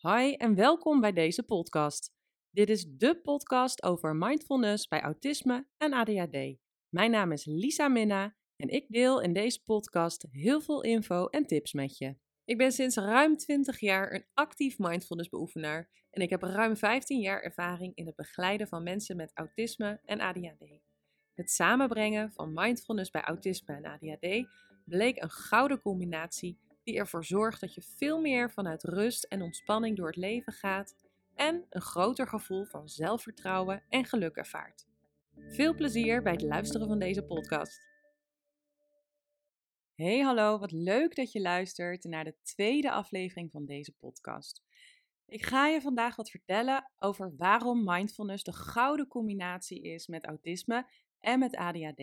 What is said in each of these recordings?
Hi en welkom bij deze podcast. Dit is de podcast over mindfulness bij autisme en ADHD. Mijn naam is Lisa Minna en ik deel in deze podcast heel veel info en tips met je. Ik ben sinds ruim 20 jaar een actief mindfulness beoefenaar en ik heb ruim 15 jaar ervaring in het begeleiden van mensen met autisme en ADHD. Het samenbrengen van mindfulness bij autisme en ADHD bleek een gouden combinatie die ervoor zorgt dat je veel meer vanuit rust en ontspanning door het leven gaat en een groter gevoel van zelfvertrouwen en geluk ervaart. Veel plezier bij het luisteren van deze podcast. Hey hallo, wat leuk dat je luistert naar de tweede aflevering van deze podcast. Ik ga je vandaag wat vertellen over waarom mindfulness de gouden combinatie is met autisme en met ADHD.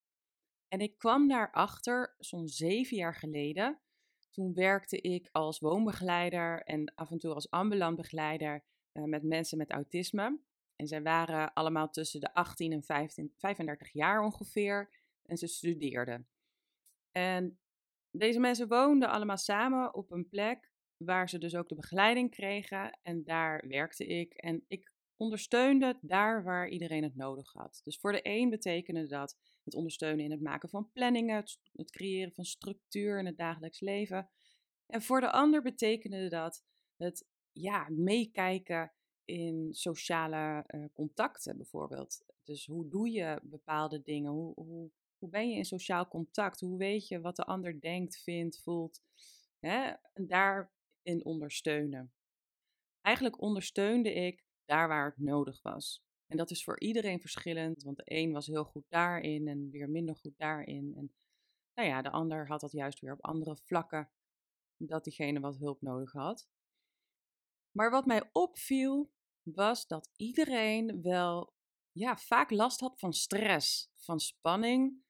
En ik kwam daarachter zo'n 7 jaar geleden. Toen werkte ik als woonbegeleider en af en toe als ambulant begeleider met mensen met autisme. En zij waren allemaal tussen de 18 en 35 jaar ongeveer en ze studeerden. En deze mensen woonden allemaal samen op een plek waar ze dus ook de begeleiding kregen. En daar werkte ik en ik ondersteunde daar waar iedereen het nodig had. Dus voor de een betekende dat het ondersteunen in het maken van planningen, het creëren van structuur in het dagelijks leven. En voor de ander betekende dat het meekijken in sociale contacten bijvoorbeeld. Dus hoe doe je bepaalde dingen? Hoe ben je in sociaal contact? Hoe weet je wat de ander denkt, vindt, voelt? Hè? En daarin ondersteunen. Eigenlijk ondersteunde ik daar waar het nodig was. En dat is voor iedereen verschillend, want de een was heel goed daarin en weer minder goed daarin. En de ander had dat juist weer op andere vlakken, dat diegene wat hulp nodig had. Maar wat mij opviel, was dat iedereen wel vaak last had van stress, van spanning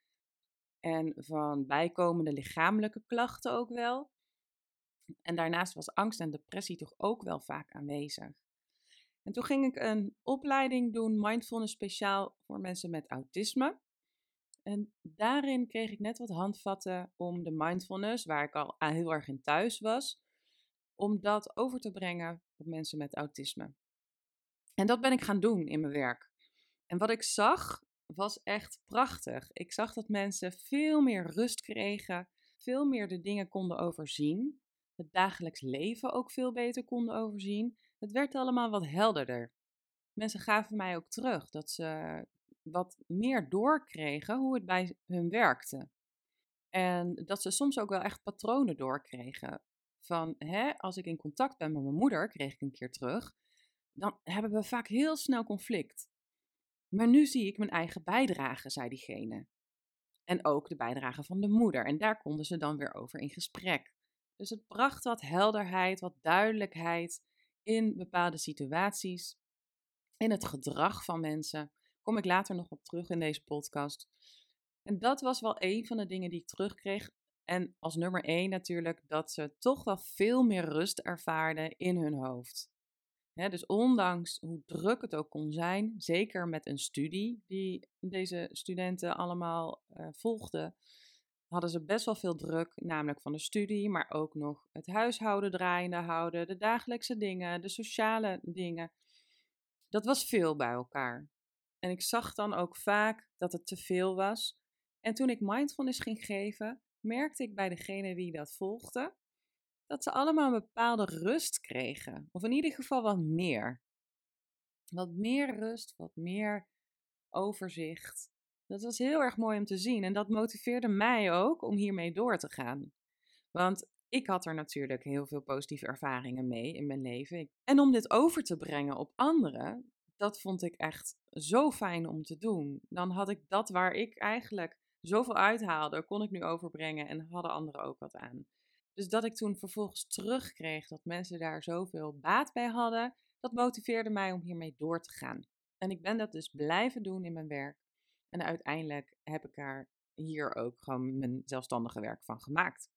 en van bijkomende lichamelijke klachten ook wel. En daarnaast was angst en depressie toch ook wel vaak aanwezig. En toen ging ik een opleiding doen, mindfulness speciaal voor mensen met autisme. En daarin kreeg ik net wat handvatten om de mindfulness, waar ik al heel erg in thuis was, om dat over te brengen op mensen met autisme. En dat ben ik gaan doen in mijn werk. En wat ik zag, was echt prachtig. Ik zag dat mensen veel meer rust kregen, veel meer de dingen konden overzien, het dagelijks leven ook veel beter konden overzien. Het werd allemaal wat helderder. Mensen gaven mij ook terug dat ze wat meer doorkregen hoe het bij hun werkte. En dat ze soms ook wel echt patronen doorkregen. Van, als ik in contact ben met mijn moeder, kreeg ik een keer terug, dan hebben we vaak heel snel conflict. Maar nu zie ik mijn eigen bijdrage, zei diegene. En ook de bijdrage van de moeder. En daar konden ze dan weer over in gesprek. Dus het bracht wat helderheid, wat duidelijkheid in bepaalde situaties. In het gedrag van mensen. Kom ik later nog op terug in deze podcast. En dat was wel een van de dingen die ik terugkreeg. En als nummer 1 natuurlijk dat ze toch wel veel meer rust ervaarden in hun hoofd. Dus ondanks hoe druk het ook kon zijn, zeker met een studie die deze studenten allemaal volgden, hadden ze best wel veel druk, namelijk van de studie, maar ook nog het huishouden draaiende houden, de dagelijkse dingen, de sociale dingen. Dat was veel bij elkaar. En ik zag dan ook vaak dat het te veel was. En toen ik mindfulness ging geven, merkte ik bij degene die dat volgde, dat ze allemaal een bepaalde rust kregen. Of in ieder geval wat meer. Wat meer rust, wat meer overzicht. Dat was heel erg mooi om te zien. En dat motiveerde mij ook om hiermee door te gaan. Want ik had er natuurlijk heel veel positieve ervaringen mee in mijn leven. En om dit over te brengen op anderen, dat vond ik echt zo fijn om te doen. Dan had ik dat waar ik eigenlijk zoveel uithaalde, kon ik nu overbrengen en hadden anderen ook wat aan. Dus dat ik toen vervolgens terugkreeg dat mensen daar zoveel baat bij hadden, dat motiveerde mij om hiermee door te gaan. En ik ben dat dus blijven doen in mijn werk. En uiteindelijk heb ik daar hier ook gewoon mijn zelfstandige werk van gemaakt.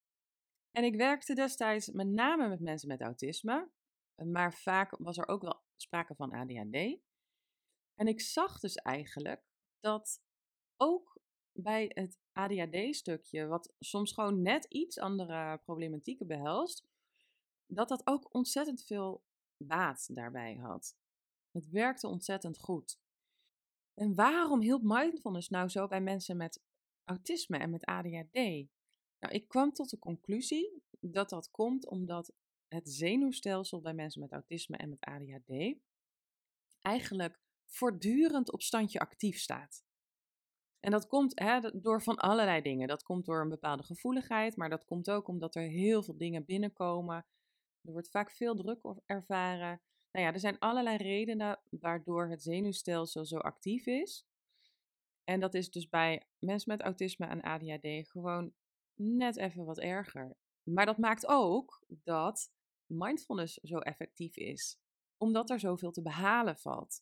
En ik werkte destijds met name met mensen met autisme, maar vaak was er ook wel sprake van ADHD. En ik zag dus eigenlijk dat ook bij het ADHD-stukje, wat soms gewoon net iets andere problematieken behelst, dat ook ontzettend veel baat daarbij had. Het werkte ontzettend goed. En waarom hielp mindfulness nou zo bij mensen met autisme en met ADHD? Nou, ik kwam tot de conclusie dat dat komt omdat het zenuwstelsel bij mensen met autisme en met ADHD eigenlijk voortdurend op standje actief staat. En dat komt door van allerlei dingen. Dat komt door een bepaalde gevoeligheid, maar dat komt ook omdat er heel veel dingen binnenkomen. Er wordt vaak veel druk ervaren. Nou ja, er zijn allerlei redenen waardoor het zenuwstelsel zo actief is. En dat is dus bij mensen met autisme en ADHD gewoon net even wat erger. Maar dat maakt ook dat mindfulness zo effectief is, omdat er zoveel te behalen valt.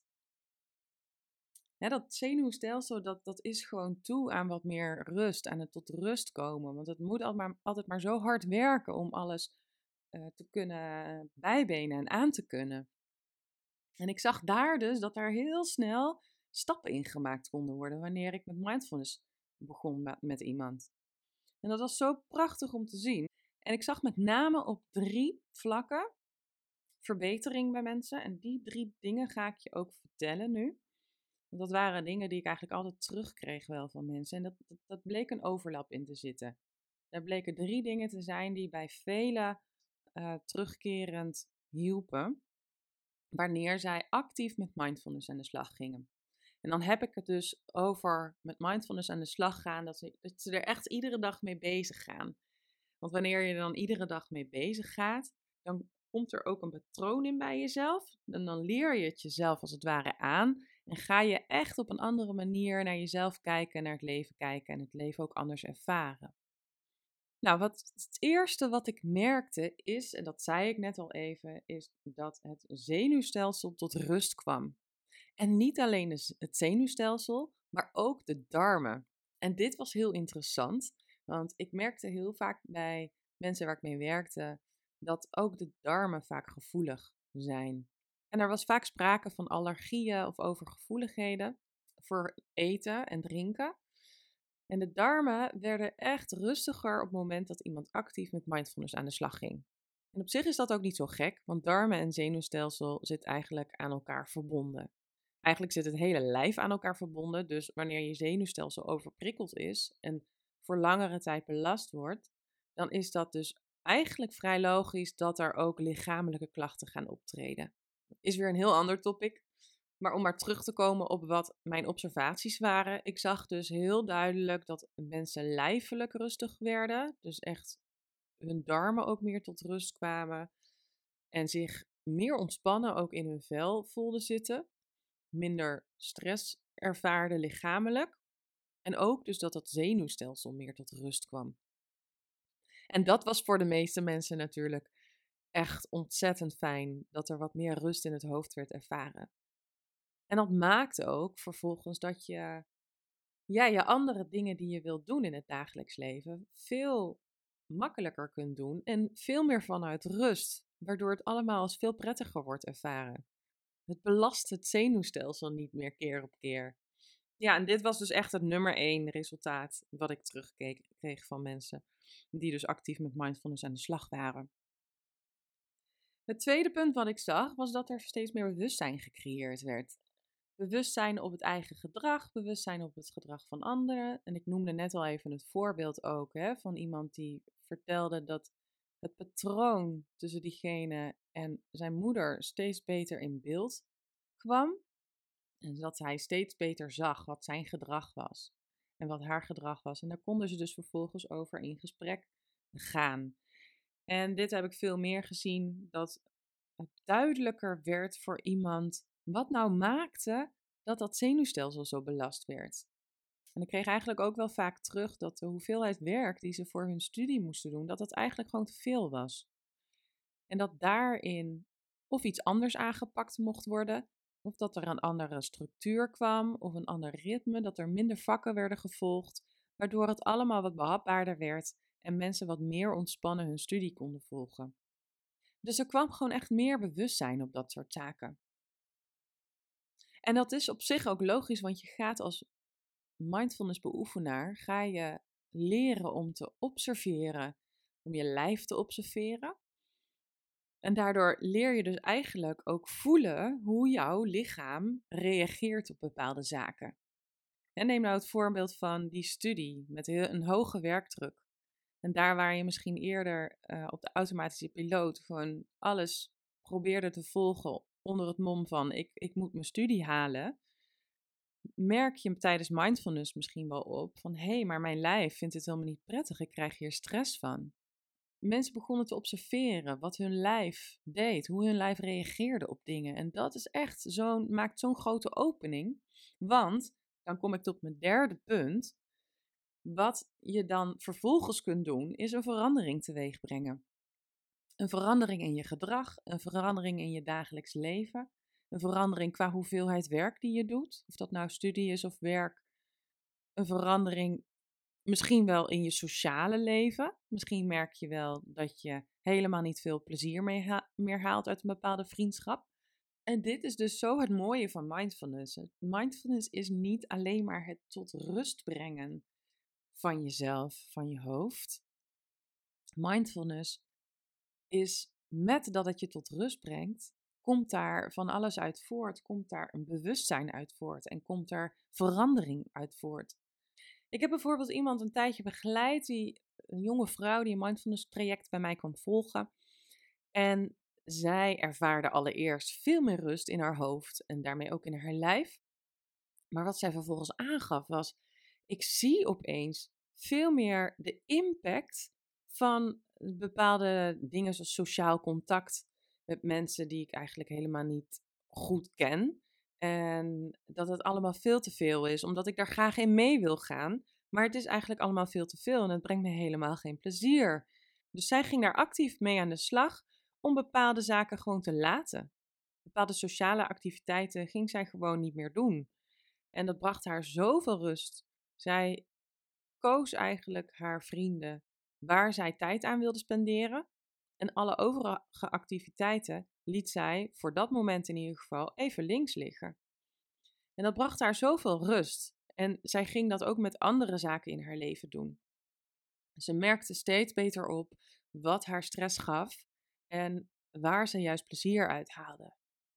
Dat zenuwstelsel, dat is gewoon toe aan wat meer rust, aan het tot rust komen. Want het moet altijd maar zo hard werken om alles te kunnen bijbenen en aan te kunnen. En ik zag daar dus dat er heel snel stappen in gemaakt konden worden wanneer ik met mindfulness begon met iemand. En dat was zo prachtig om te zien. En ik zag met name op 3 vlakken verbetering bij mensen. En die 3 dingen ga ik je ook vertellen nu. Want dat waren dingen die ik eigenlijk altijd terugkreeg wel van mensen. En dat bleek een overlap in te zitten. Er bleken 3 dingen te zijn die bij velen terugkerend hielpen, wanneer zij actief met mindfulness aan de slag gingen. En dan heb ik het dus over met mindfulness aan de slag gaan, dat ze er echt iedere dag mee bezig gaan. Want wanneer je er dan iedere dag mee bezig gaat, dan komt er ook een patroon in bij jezelf. En dan leer je het jezelf als het ware aan. En ga je echt op een andere manier naar jezelf kijken, naar het leven kijken en het leven ook anders ervaren. Nou, het eerste wat ik merkte is, en dat zei ik net al even, is dat het zenuwstelsel tot rust kwam. En niet alleen het zenuwstelsel, maar ook de darmen. En dit was heel interessant, want ik merkte heel vaak bij mensen waar ik mee werkte, dat ook de darmen vaak gevoelig zijn. En er was vaak sprake van allergieën of overgevoeligheden voor eten en drinken. En de darmen werden echt rustiger op het moment dat iemand actief met mindfulness aan de slag ging. En op zich is dat ook niet zo gek, want darmen en zenuwstelsel zitten eigenlijk aan elkaar verbonden. Eigenlijk zit het hele lijf aan elkaar verbonden, dus wanneer je zenuwstelsel overprikkeld is en voor langere tijd belast wordt, dan is dat dus eigenlijk vrij logisch dat er ook lichamelijke klachten gaan optreden. Is weer een heel ander topic. Maar om maar terug te komen op wat mijn observaties waren. Ik zag dus heel duidelijk dat mensen lijfelijk rustig werden. Dus echt hun darmen ook meer tot rust kwamen. En zich meer ontspannen ook in hun vel voelden zitten. Minder stress ervaarden lichamelijk. En ook dus dat zenuwstelsel meer tot rust kwam. En dat was voor de meeste mensen natuurlijk echt ontzettend fijn. Dat er wat meer rust in het hoofd werd ervaren. En dat maakt ook vervolgens dat je andere dingen die je wilt doen in het dagelijks leven veel makkelijker kunt doen en veel meer vanuit rust, waardoor het allemaal als veel prettiger wordt ervaren. Het belast het zenuwstelsel niet meer keer op keer. Ja, en dit was dus echt het nummer 1 resultaat wat ik kreeg van mensen die dus actief met mindfulness aan de slag waren. Het tweede punt wat ik zag was dat er steeds meer bewustzijn gecreëerd werd. Bewustzijn op het eigen gedrag, bewustzijn op het gedrag van anderen. En ik noemde net al even het voorbeeld ook van iemand die vertelde dat het patroon tussen diegene en zijn moeder steeds beter in beeld kwam. En dat hij steeds beter zag wat zijn gedrag was en wat haar gedrag was. En daar konden ze dus vervolgens over in gesprek gaan. En dit heb ik veel meer gezien, dat het duidelijker werd voor iemand wat nou maakte dat zenuwstelsel zo belast werd. En ik kreeg eigenlijk ook wel vaak terug dat de hoeveelheid werk die ze voor hun studie moesten doen, dat dat eigenlijk gewoon te veel was. En dat daarin of iets anders aangepakt mocht worden, of dat er een andere structuur kwam, of een ander ritme, dat er minder vakken werden gevolgd, waardoor het allemaal wat behapbaarder werd en mensen wat meer ontspannen hun studie konden volgen. Dus er kwam gewoon echt meer bewustzijn op dat soort zaken. En dat is op zich ook logisch, want je gaat als mindfulness beoefenaar, ga je leren om te observeren, om je lijf te observeren. En daardoor leer je dus eigenlijk ook voelen hoe jouw lichaam reageert op bepaalde zaken. En neem nou het voorbeeld van die studie met een hoge werkdruk. En daar waar je misschien eerder op de automatische piloot gewoon alles probeerde te volgen onder het mom van ik moet mijn studie halen, merk je tijdens mindfulness misschien wel op van hé, maar mijn lijf vindt het helemaal niet prettig, ik krijg hier stress van. Mensen begonnen te observeren wat hun lijf deed, hoe hun lijf reageerde op dingen. En dat is echt maakt zo'n grote opening. Want, dan kom ik tot mijn derde punt. Wat je dan vervolgens kunt doen, is een verandering teweeg brengen. Een verandering in je gedrag, een verandering in je dagelijks leven. Een verandering qua hoeveelheid werk die je doet. Of dat nou studie is of werk. Een verandering misschien wel in je sociale leven. Misschien merk je wel dat je helemaal niet veel plezier meer haalt uit een bepaalde vriendschap. En dit is dus zo het mooie van mindfulness. Mindfulness is niet alleen maar het tot rust brengen van jezelf, van je hoofd. Mindfulness is met dat het je tot rust brengt, komt daar van alles uit voort. Komt daar een bewustzijn uit voort en komt er verandering uit voort. Ik heb bijvoorbeeld iemand een tijdje begeleid, een jonge vrouw die een mindfulness traject bij mij kwam volgen. En zij ervaarde allereerst veel meer rust in haar hoofd en daarmee ook in haar lijf. Maar wat zij vervolgens aangaf was, ik zie opeens veel meer de impact van bepaalde dingen zoals sociaal contact met mensen die ik eigenlijk helemaal niet goed ken. En dat het allemaal veel te veel is, omdat ik daar graag in mee wil gaan. Maar het is eigenlijk allemaal veel te veel en het brengt me helemaal geen plezier. Dus zij ging daar actief mee aan de slag om bepaalde zaken gewoon te laten. Bepaalde sociale activiteiten ging zij gewoon niet meer doen. En dat bracht haar zoveel rust. Zij koos eigenlijk haar vrienden waar zij tijd aan wilde spenderen. En alle overige activiteiten liet zij, voor dat moment in ieder geval, even links liggen. En dat bracht haar zoveel rust. En zij ging dat ook met andere zaken in haar leven doen. Ze merkte steeds beter op wat haar stress gaf en waar ze juist plezier uit haalde.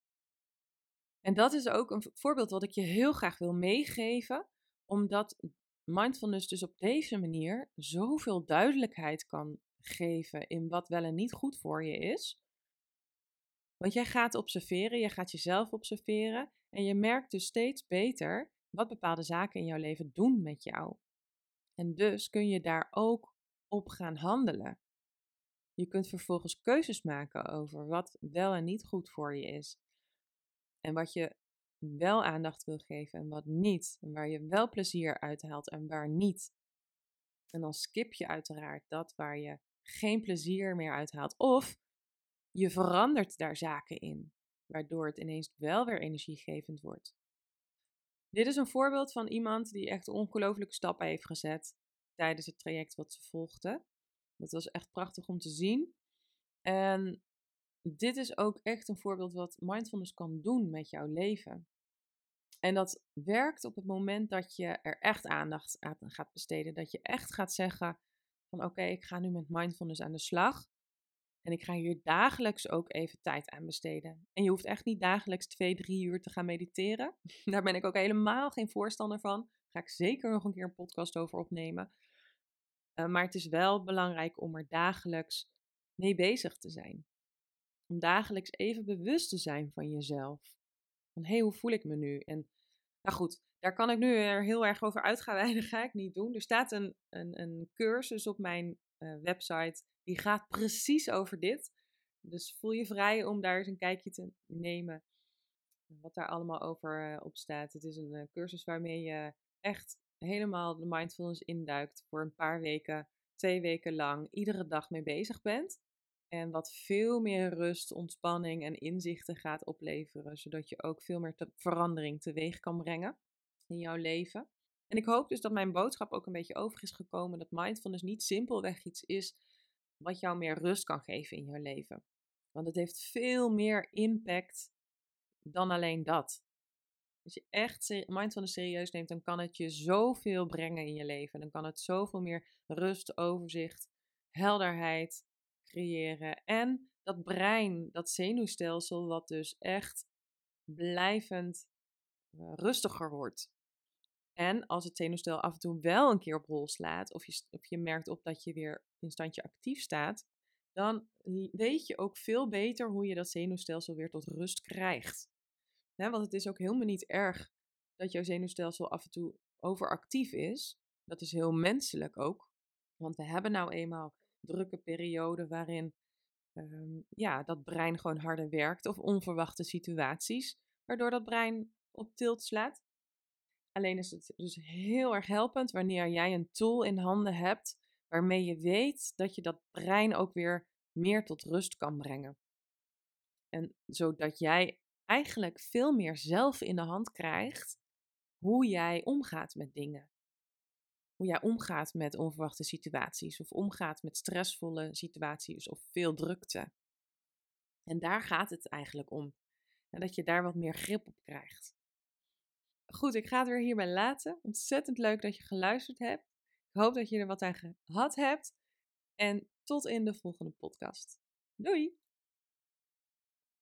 En dat is ook een voorbeeld wat ik je heel graag wil meegeven, omdat mindfulness dus op deze manier zoveel duidelijkheid kan geven in wat wel en niet goed voor je is. Want jij gaat observeren, je gaat jezelf observeren en je merkt dus steeds beter wat bepaalde zaken in jouw leven doen met jou. En dus kun je daar ook op gaan handelen. Je kunt vervolgens keuzes maken over wat wel en niet goed voor je is. En wat je wel aandacht wil geven en wat niet. En waar je wel plezier uit haalt en waar niet. En dan skip je uiteraard dat waar je geen plezier meer uithaalt. Of je verandert daar zaken in, waardoor het ineens wel weer energiegevend wordt. Dit is een voorbeeld van iemand die echt ongelooflijke stappen heeft gezet tijdens het traject wat ze volgde. Dat was echt prachtig om te zien. En dit is ook echt een voorbeeld wat mindfulness kan doen met jouw leven. En dat werkt op het moment dat je er echt aandacht aan gaat besteden. Dat je echt gaat zeggen van oké, ik ga nu met mindfulness aan de slag. En ik ga hier dagelijks ook even tijd aan besteden. En je hoeft echt niet dagelijks 2, 3 uur te gaan mediteren. Daar ben ik ook helemaal geen voorstander van. Daar ga ik zeker nog een keer een podcast over opnemen. Maar het is wel belangrijk om er dagelijks mee bezig te zijn. Om dagelijks even bewust te zijn van jezelf. Van hé, hoe voel ik me nu? En nou goed, daar kan ik nu er heel erg over uitgaan. Dat ga ik niet doen. Er staat een cursus op mijn website. Die gaat precies over dit. Dus voel je vrij om daar eens een kijkje te nemen. Wat daar allemaal over op staat. Het is een cursus waarmee je echt helemaal de mindfulness induikt. Voor een paar weken, 2 weken lang, iedere dag mee bezig bent. En wat veel meer rust, ontspanning en inzichten gaat opleveren. Zodat je ook veel meer verandering teweeg kan brengen in jouw leven. En ik hoop dus dat mijn boodschap ook een beetje over is gekomen. Dat mindfulness niet simpelweg iets is wat jou meer rust kan geven in jouw leven. Want het heeft veel meer impact dan alleen dat. Als je echt mindfulness serieus neemt, dan kan het je zoveel brengen in je leven. Dan kan het zoveel meer rust, overzicht, helderheid creëren. En dat brein, dat zenuwstelsel, wat dus echt blijvend rustiger wordt. En als het zenuwstelsel af en toe wel een keer op hol slaat, of je merkt op dat je weer in standje actief staat, dan weet je ook veel beter hoe je dat zenuwstelsel weer tot rust krijgt. Want het is ook helemaal niet erg dat jouw zenuwstelsel af en toe overactief is. Dat is heel menselijk ook. Want we hebben nou eenmaal drukke perioden waarin dat brein gewoon harder werkt of onverwachte situaties, waardoor dat brein op tilt slaat. Alleen is het dus heel erg helpend wanneer jij een tool in handen hebt waarmee je weet dat je dat brein ook weer meer tot rust kan brengen. En zodat jij eigenlijk veel meer zelf in de hand krijgt hoe jij omgaat met dingen. Hoe jij omgaat met onverwachte situaties of omgaat met stressvolle situaties of veel drukte. En daar gaat het eigenlijk om. En dat je daar wat meer grip op krijgt. Goed, ik ga het weer hierbij laten. Ontzettend leuk dat je geluisterd hebt. Ik hoop dat je er wat aan gehad hebt. En tot in de volgende podcast. Doei!